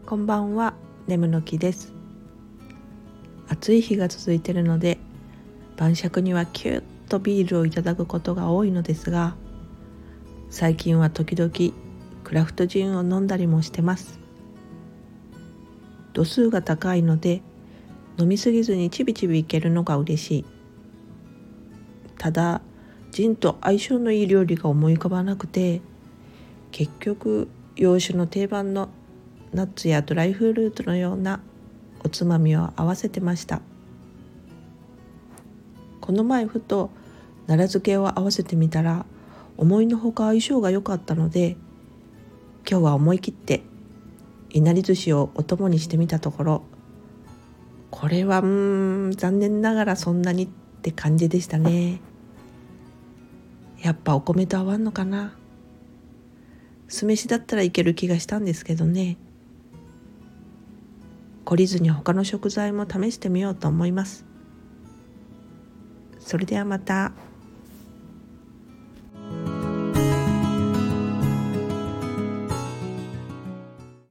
こんばんは、ネムの木です。暑い日が続いているので、晩酌にはキュッとビールをいただくことが多いのですが、最近は時々クラフトジンを飲んだりもしてます。度数が高いので、飲みすぎずにちびちびいけるのが嬉しい。ただ、ジンと相性のいい料理が思い浮かばなくて、結局洋酒の定番のナッツやドライフルーツのようなおつまみを合わせてました。この前ふと奈良漬けを合わせてみたら思いのほか相性が良かったので、今日は思い切っていなり寿司をお供にしてみたところ、これは残念ながらそんなにって感じでしたね。やっぱお米と合わんのかな。酢飯だったらいける気がしたんですけどね。懲りずに他の食材も試してみようと思います。それではまた。